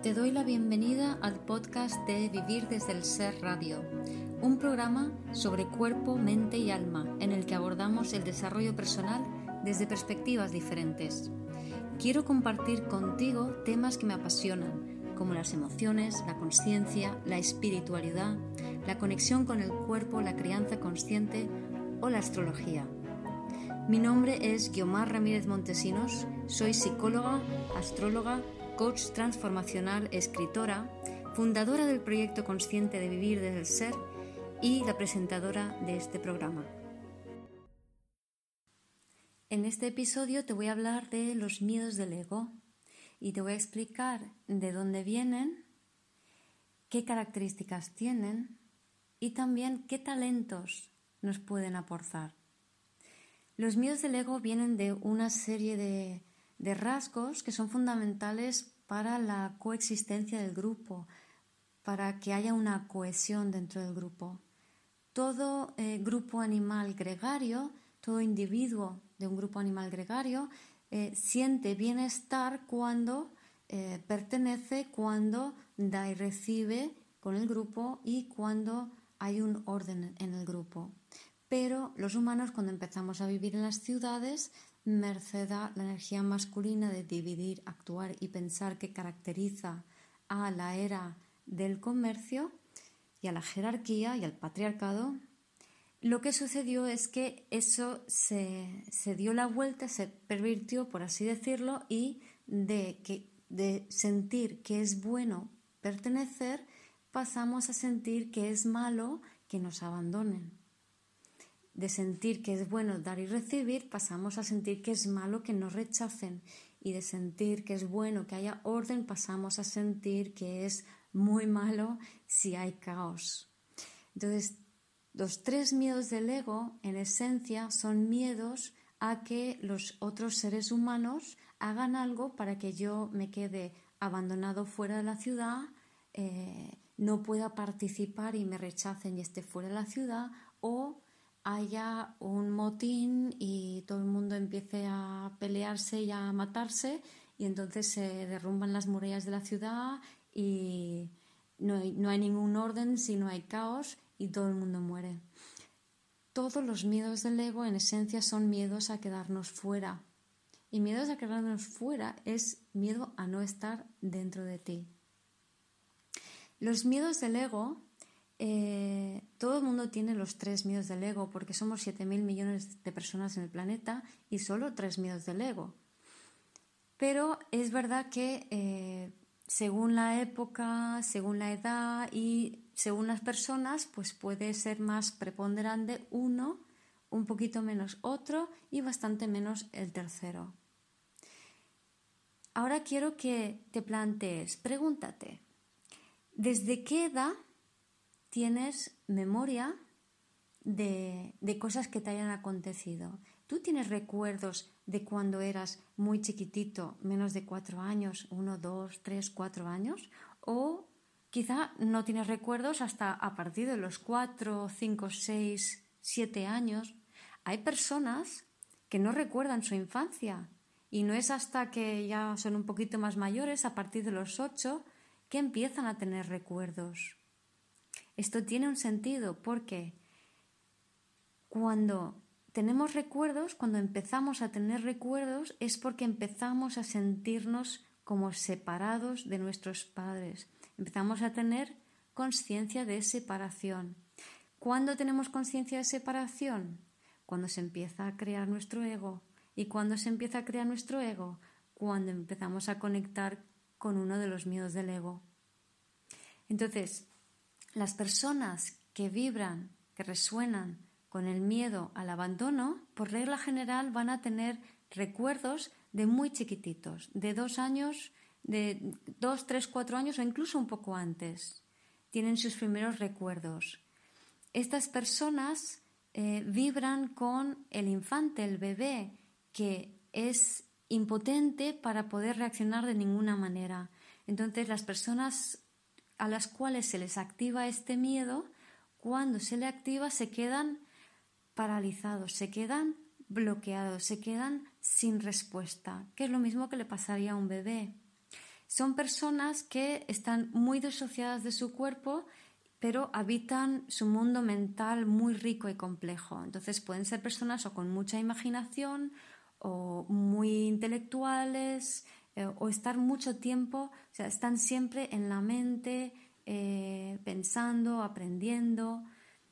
Te doy la bienvenida al podcast de Vivir desde el Ser Radio, un programa sobre cuerpo, mente y alma en el que abordamos el desarrollo personal desde perspectivas diferentes. Quiero compartir contigo temas que me apasionan, como las emociones, la consciencia, la espiritualidad, la conexión con el cuerpo, la crianza consciente o la astrología. Mi nombre es Guiomar Ramírez Montesinos, soy psicóloga, astróloga, coach transformacional, escritora, fundadora del proyecto consciente de Vivir desde el Ser y la presentadora de este programa. En este episodio te voy a hablar de los miedos del ego y te voy a explicar de dónde vienen, qué características tienen y también qué talentos nos pueden aportar. Los miedos del ego vienen de una serie de rasgos que son fundamentales para la coexistencia del grupo, para que haya una cohesión dentro del grupo. Todo grupo animal gregario, todo individuo de un grupo animal gregario siente bienestar cuando pertenece, cuando da y recibe con el grupo y cuando hay un orden en el grupo. Pero los humanos, cuando empezamos a vivir en las ciudades, merced a la energía masculina de dividir, actuar y pensar que caracteriza a la era del comercio y a la jerarquía y al patriarcado, lo que sucedió es que eso se dio la vuelta, se pervirtió, por así decirlo, y de sentir que es bueno pertenecer, pasamos a sentir que es malo que nos abandonen. De sentir que es bueno dar y recibir, pasamos a sentir que es malo que nos rechacen. Y de sentir que es bueno que haya orden, pasamos a sentir que es muy malo si hay caos. Entonces, los tres miedos del ego, en esencia, son miedos a que los otros seres humanos hagan algo para que yo me quede abandonado fuera de la ciudad, no pueda participar y me rechacen y esté fuera de la ciudad, o haya un motín y todo el mundo empiece a pelearse y a matarse y entonces se derrumban las murallas de la ciudad y no hay ningún orden, sino hay caos y todo el mundo muere. Todos los miedos del ego en esencia son miedos a quedarnos fuera. Y miedos a quedarnos fuera es miedo a no estar dentro de ti. Los miedos del ego, todo el mundo tiene los tres miedos del ego porque somos 7.000 millones de personas en el planeta y solo tres miedos del ego. Pero es verdad que según la época, según la edad y según las personas, pues puede ser más preponderante uno, un poquito menos otro y bastante menos el tercero. Ahora quiero que te plantees, pregúntate, ¿desde qué edad tienes memoria de cosas que te hayan acontecido? ¿Tú tienes recuerdos de cuando eras muy chiquitito, menos de 4 años, 1, 2, 3, 4 años? ¿O quizá no tienes recuerdos hasta a partir de los 4, 5, 6, 7 años? Hay personas que no recuerdan su infancia y no es hasta que ya son un poquito más mayores, a partir de los 8, que empiezan a tener recuerdos. Esto tiene un sentido porque cuando tenemos recuerdos, cuando empezamos a tener recuerdos, es porque empezamos a sentirnos como separados de nuestros padres. Empezamos a tener conciencia de separación. ¿Cuándo tenemos conciencia de separación? Cuando se empieza a crear nuestro ego. ¿Y cuándo se empieza a crear nuestro ego? Cuando empezamos a conectar con uno de los miedos del ego. Entonces, las personas que vibran, que resuenan con el miedo al abandono, por regla general van a tener recuerdos de muy chiquititos, de 2 años, de 2, 3, 4 años o incluso un poco antes. Tienen sus primeros recuerdos. Estas personas vibran con el infante, el bebé, que es impotente para poder reaccionar de ninguna manera. Entonces, las personas a las cuales se les activa este miedo, cuando se le activa se quedan paralizados, se quedan bloqueados, se quedan sin respuesta, que es lo mismo que le pasaría a un bebé. Son personas que están muy disociadas de su cuerpo, pero habitan su mundo mental muy rico y complejo. Entonces pueden ser personas o con mucha imaginación o muy intelectuales o estar mucho tiempo, o sea, están siempre en la mente pensando, aprendiendo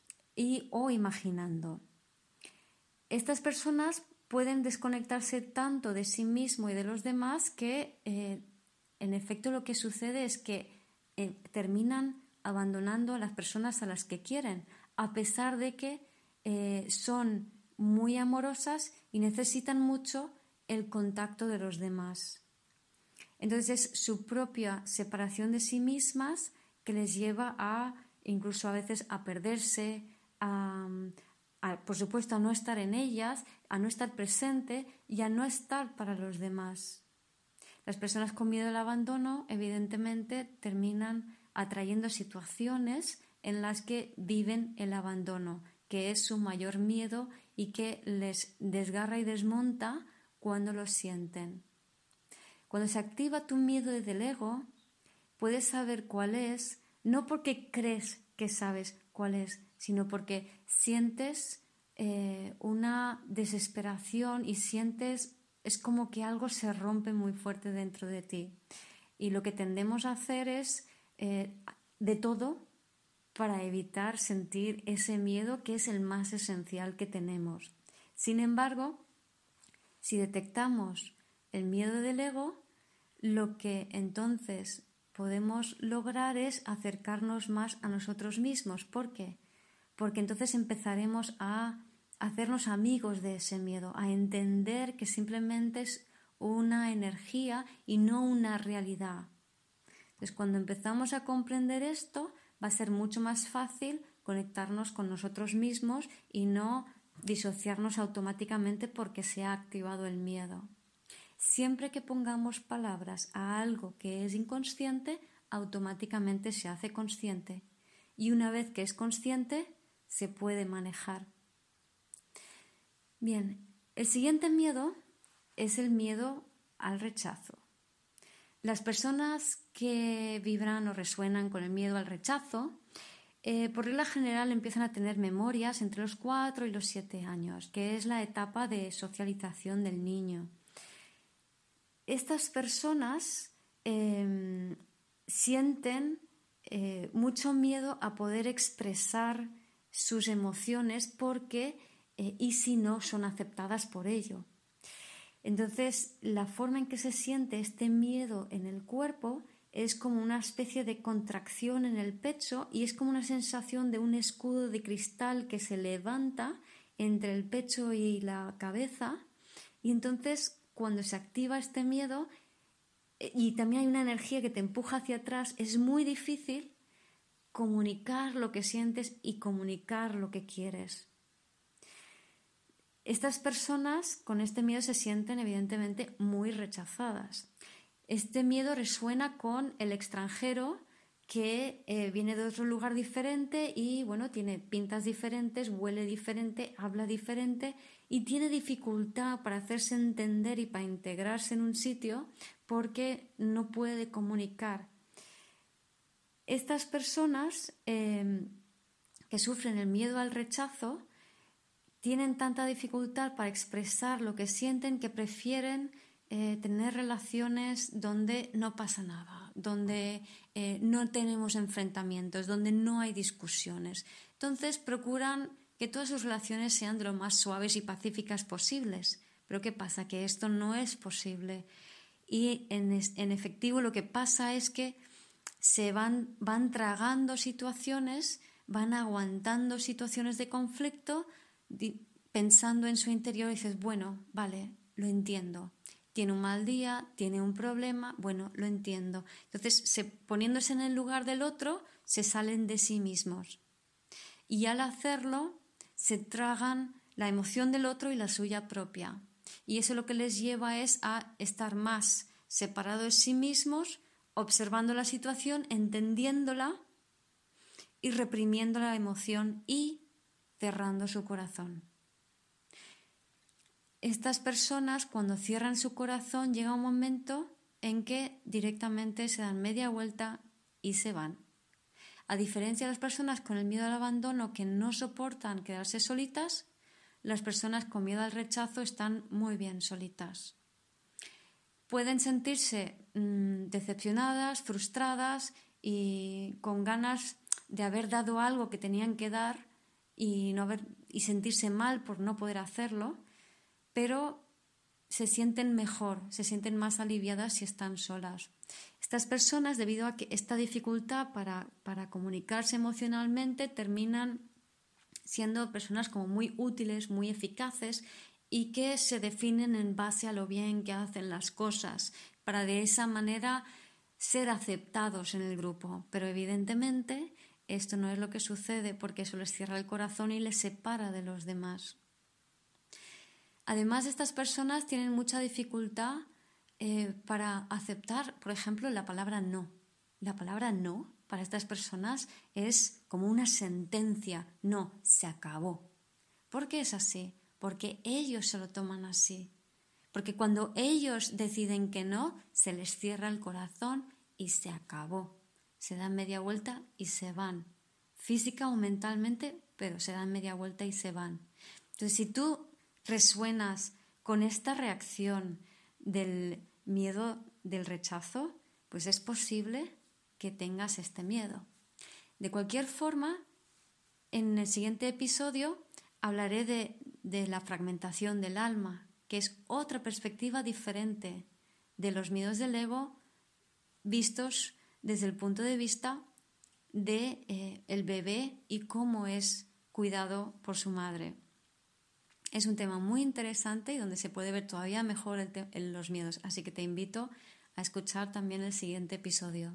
o imaginando. Estas personas pueden desconectarse tanto de sí mismo y de los demás que en efecto lo que sucede es que terminan abandonando a las personas a las que quieren, a pesar de que son muy amorosas y necesitan mucho el contacto de los demás. Entonces es su propia separación de sí mismas que les lleva a, incluso a veces, a perderse, por supuesto, a no estar en ellas, a no estar presente y a no estar para los demás. Las personas con miedo al abandono, evidentemente, terminan atrayendo situaciones en las que viven el abandono, que es su mayor miedo y que les desgarra y desmonta cuando lo sienten. Cuando se activa tu miedo del ego, puedes saber cuál es, no porque crees que sabes cuál es, sino porque sientes una desesperación y sientes, es como que algo se rompe muy fuerte dentro de ti. Y lo que tendemos a hacer es de todo para evitar sentir ese miedo que es el más esencial que tenemos. Sin embargo, si detectamos el miedo del ego, lo que entonces podemos lograr es acercarnos más a nosotros mismos. ¿Por qué? Porque entonces empezaremos a hacernos amigos de ese miedo, a entender que simplemente es una energía y no una realidad. Entonces, cuando empezamos a comprender esto, va a ser mucho más fácil conectarnos con nosotros mismos y no disociarnos automáticamente porque se ha activado el miedo. Siempre que pongamos palabras a algo que es inconsciente, automáticamente se hace consciente. Y una vez que es consciente, se puede manejar. Bien, el siguiente miedo es el miedo al rechazo. Las personas que vibran o resuenan con el miedo al rechazo, por regla general empiezan a tener memorias entre los 4 y los 7 años, que es la etapa de socialización del niño. Estas personas sienten mucho miedo a poder expresar sus emociones porque y si no son aceptadas por ello. Entonces, la forma en que se siente este miedo en el cuerpo es como una especie de contracción en el pecho y es como una sensación de un escudo de cristal que se levanta entre el pecho y la cabeza, y entonces cuando se activa este miedo y también hay una energía que te empuja hacia atrás, es muy difícil comunicar lo que sientes y comunicar lo que quieres. Estas personas con este miedo se sienten evidentemente muy rechazadas. Este miedo resuena con el extranjero que viene de otro lugar diferente y bueno, tiene pintas diferentes, huele diferente, habla diferente y tiene dificultad para hacerse entender y para integrarse en un sitio porque no puede comunicar. Estas personas que sufren el miedo al rechazo tienen tanta dificultad para expresar lo que sienten que prefieren tener relaciones donde no pasa nada, donde no tenemos enfrentamientos, donde no hay discusiones. Entonces procuran que todas sus relaciones sean de lo más suaves y pacíficas posibles. Pero ¿qué pasa? Que esto no es posible. Y en efectivo lo que pasa es que se van tragando situaciones, van aguantando situaciones de conflicto, pensando en su interior y dices, bueno, vale, lo entiendo. Tiene un mal día, tiene un problema, bueno, lo entiendo. Entonces, poniéndose en el lugar del otro, se salen de sí mismos. Y al hacerlo, se tragan la emoción del otro y la suya propia. Y eso lo que les lleva es a estar más separados de sí mismos, observando la situación, entendiéndola y reprimiendo la emoción y cerrando su corazón. Estas personas, cuando cierran su corazón, llega un momento en que directamente se dan media vuelta y se van. A diferencia de las personas con el miedo al abandono que no soportan quedarse solitas, las personas con miedo al rechazo están muy bien solitas. Pueden sentirse decepcionadas, frustradas y con ganas de haber dado algo que tenían que dar y sentirse mal por no poder hacerlo, pero se sienten mejor, se sienten más aliviadas si están solas. Estas personas, debido a que esta dificultad para comunicarse emocionalmente, terminan siendo personas como muy útiles, muy eficaces y que se definen en base a lo bien que hacen las cosas, para de esa manera ser aceptados en el grupo. Pero evidentemente esto no es lo que sucede, porque eso les cierra el corazón y les separa de los demás. Además, estas personas tienen mucha dificultad para aceptar, por ejemplo, la palabra no. La palabra no para estas personas es como una sentencia. No, se acabó. ¿Por qué es así? Porque ellos se lo toman así. Porque cuando ellos deciden que no, se les cierra el corazón y se acabó. Se dan media vuelta y se van. Física o mentalmente, pero se dan media vuelta y se van. Entonces, si tú resuenas con esta reacción del miedo del rechazo, pues es posible que tengas este miedo. De cualquier forma, en el siguiente episodio hablaré de la fragmentación del alma, que es otra perspectiva diferente de los miedos del ego vistos desde el punto de vista de el bebé y cómo es cuidado por su madre. Es un tema muy interesante y donde se puede ver todavía mejor los miedos, así que te invito a escuchar también el siguiente episodio.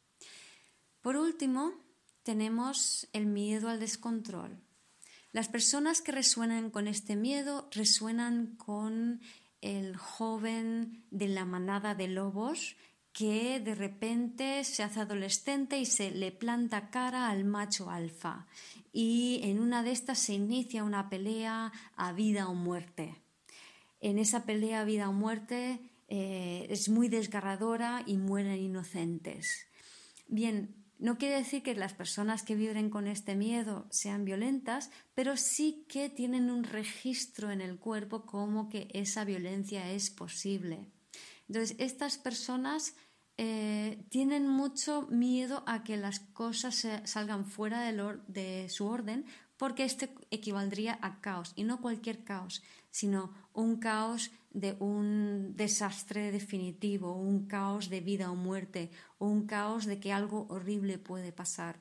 Por último, tenemos el miedo al descontrol. Las personas que resuenan con este miedo resuenan con el joven de la manada de lobos que de repente se hace adolescente y se le planta cara al macho alfa. Y en una de estas se inicia una pelea a vida o muerte. En esa pelea a vida o muerte es muy desgarradora y mueren inocentes. Bien, no quiere decir que las personas que vibren con este miedo sean violentas, pero sí que tienen un registro en el cuerpo como que esa violencia es posible. Entonces, estas personas tienen mucho miedo a que las cosas salgan fuera de su orden, porque esto equivaldría a caos, y no cualquier caos, sino un caos de un desastre definitivo, un caos de vida o muerte, o un caos de que algo horrible puede pasar.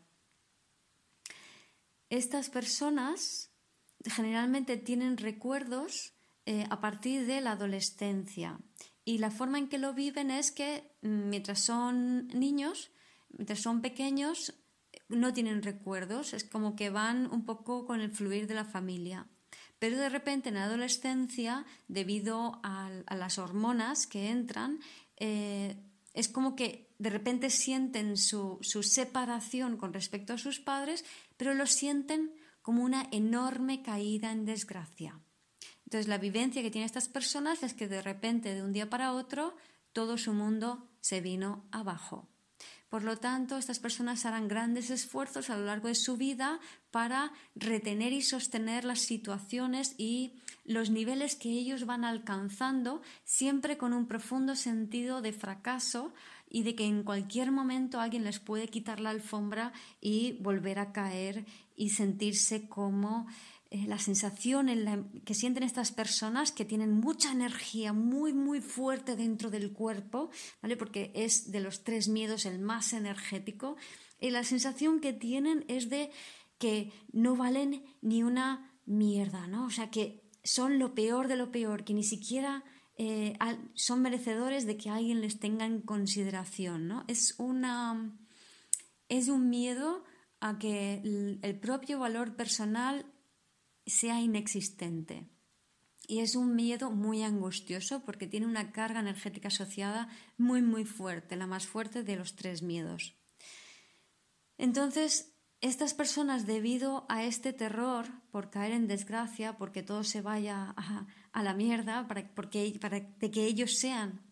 Estas personas generalmente tienen recuerdos a partir de la adolescencia, y la forma en que lo viven es que mientras son niños, mientras son pequeños, no tienen recuerdos, es como que van un poco con el fluir de la familia. Pero de repente en la adolescencia, debido a las hormonas que entran, es como que de repente sienten su separación con respecto a sus padres, pero lo sienten como una enorme caída en desgracia. Entonces la vivencia que tienen estas personas es que de repente, de un día para otro, todo su mundo se vino abajo. Por lo tanto, estas personas harán grandes esfuerzos a lo largo de su vida para retener y sostener las situaciones y los niveles que ellos van alcanzando, siempre con un profundo sentido de fracaso y de que en cualquier momento alguien les puede quitar la alfombra y volver a caer y sentirse como la sensación que sienten estas personas, que tienen mucha energía muy muy fuerte dentro del cuerpo, ¿vale? Porque es de los 3 miedos el más energético, y la sensación que tienen es de que no valen ni una mierda, ¿no? O sea, que son lo peor de lo peor, que ni siquiera son merecedores de que alguien les tenga en consideración, ¿no? Es un miedo a que el propio valor personal sea inexistente. Y es un miedo muy angustioso porque tiene una carga energética asociada muy muy fuerte, la más fuerte de los 3 miedos. Entonces, estas personas, debido a este terror por caer en desgracia, porque todo se vaya a la mierda, para que ellos sean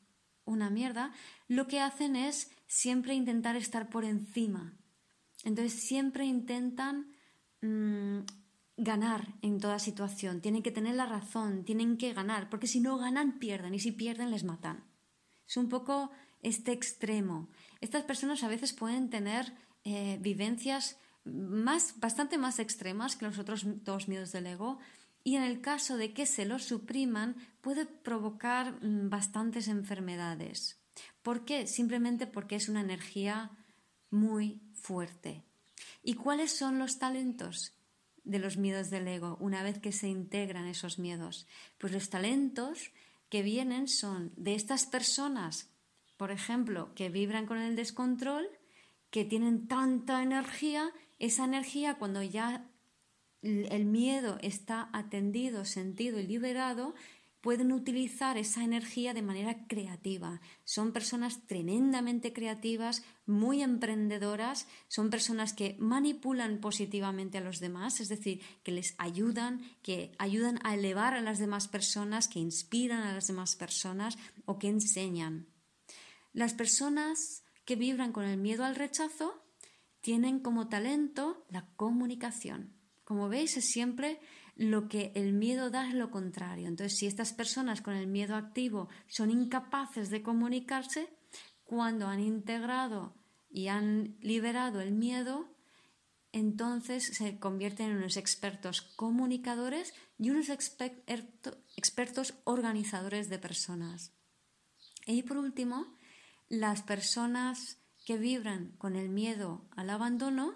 una mierda, lo que hacen es siempre intentar estar por encima. Entonces siempre intentan ganar en toda situación. Tienen que tener la razón, tienen que ganar, porque si no ganan, pierden, y si pierden, les matan. Es un poco este extremo. Estas personas a veces pueden tener vivencias bastante más extremas que los otros dos miedos del ego, y en el caso de que se los supriman puede provocar bastantes enfermedades. ¿Por qué? Simplemente porque es una energía muy fuerte. ¿Y cuáles son los talentos de los miedos del ego una vez que se integran esos miedos? Pues los talentos que vienen son de estas personas, por ejemplo, que vibran con el descontrol, que tienen tanta energía. Esa energía, cuando ya el miedo está atendido, sentido y liberado, pueden utilizar esa energía de manera creativa. Son personas tremendamente creativas, muy emprendedoras, son personas que manipulan positivamente a los demás, es decir, que les ayudan, que ayudan a elevar a las demás personas, que inspiran a las demás personas o que enseñan. Las personas que vibran con el miedo al rechazo tienen como talento la comunicación. Como veis, es siempre lo que el miedo da es lo contrario. Entonces, si estas personas con el miedo activo son incapaces de comunicarse, cuando han integrado y han liberado el miedo, entonces se convierten en unos expertos comunicadores y unos expertos organizadores de personas. Y por último, las personas que vibran con el miedo al abandono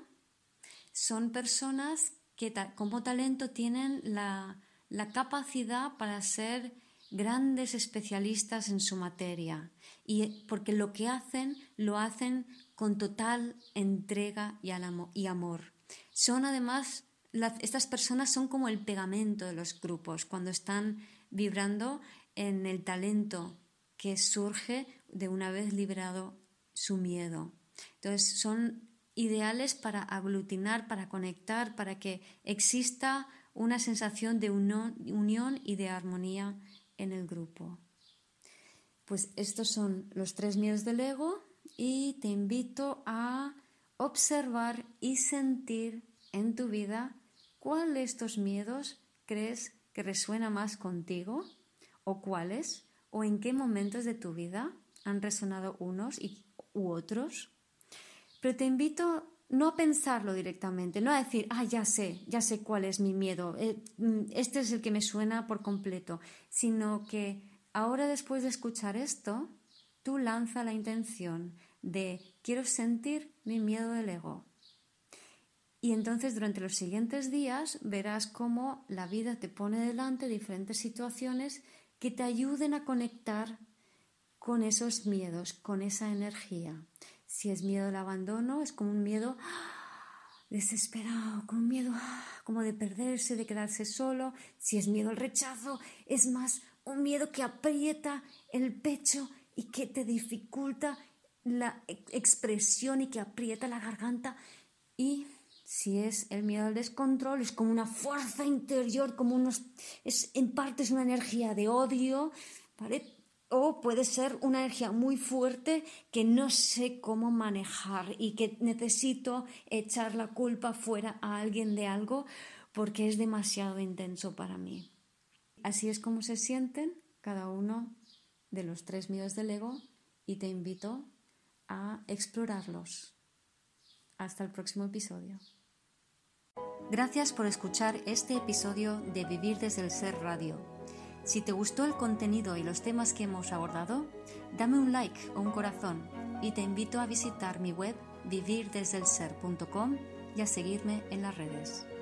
son personas que como talento tienen la capacidad para ser grandes especialistas en su materia, y porque lo que hacen lo hacen con total entrega y amor. Son además, estas personas son como el pegamento de los grupos cuando están vibrando en el talento que surge de una vez liberado su miedo. Entonces son ideales para aglutinar, para conectar, para que exista una sensación de unión y de armonía en el grupo. Pues estos son los 3 miedos del ego, y te invito a observar y sentir en tu vida cuál de estos miedos crees que resuena más contigo, o cuáles, o en qué momentos de tu vida han resonado unos u otros. Pero te invito no a pensarlo directamente, no a decir, ya sé cuál es mi miedo, este es el que me suena por completo, sino que ahora, después de escuchar esto, tú lanza la intención de quiero sentir mi miedo del ego. Y entonces durante los siguientes días verás cómo la vida te pone delante diferentes situaciones que te ayuden a conectar con esos miedos, con esa energía. Si es miedo al abandono, es como un miedo desesperado, como un miedo como de perderse, de quedarse solo. Si es miedo al rechazo, es más un miedo que aprieta el pecho y que te dificulta la expresión y que aprieta la garganta. Y si es el miedo al descontrol, es como una fuerza interior, en parte es una energía de odio, ¿vale? O puede ser una energía muy fuerte que no sé cómo manejar y que necesito echar la culpa fuera a alguien de algo porque es demasiado intenso para mí. Así es como se sienten cada uno de los 3 miedos del ego, y te invito a explorarlos. Hasta el próximo episodio. Gracias por escuchar este episodio de Vivir desde el Ser Radio. Si te gustó el contenido y los temas que hemos abordado, dame un like o un corazón, y te invito a visitar mi web vivirdesdelser.com y a seguirme en las redes.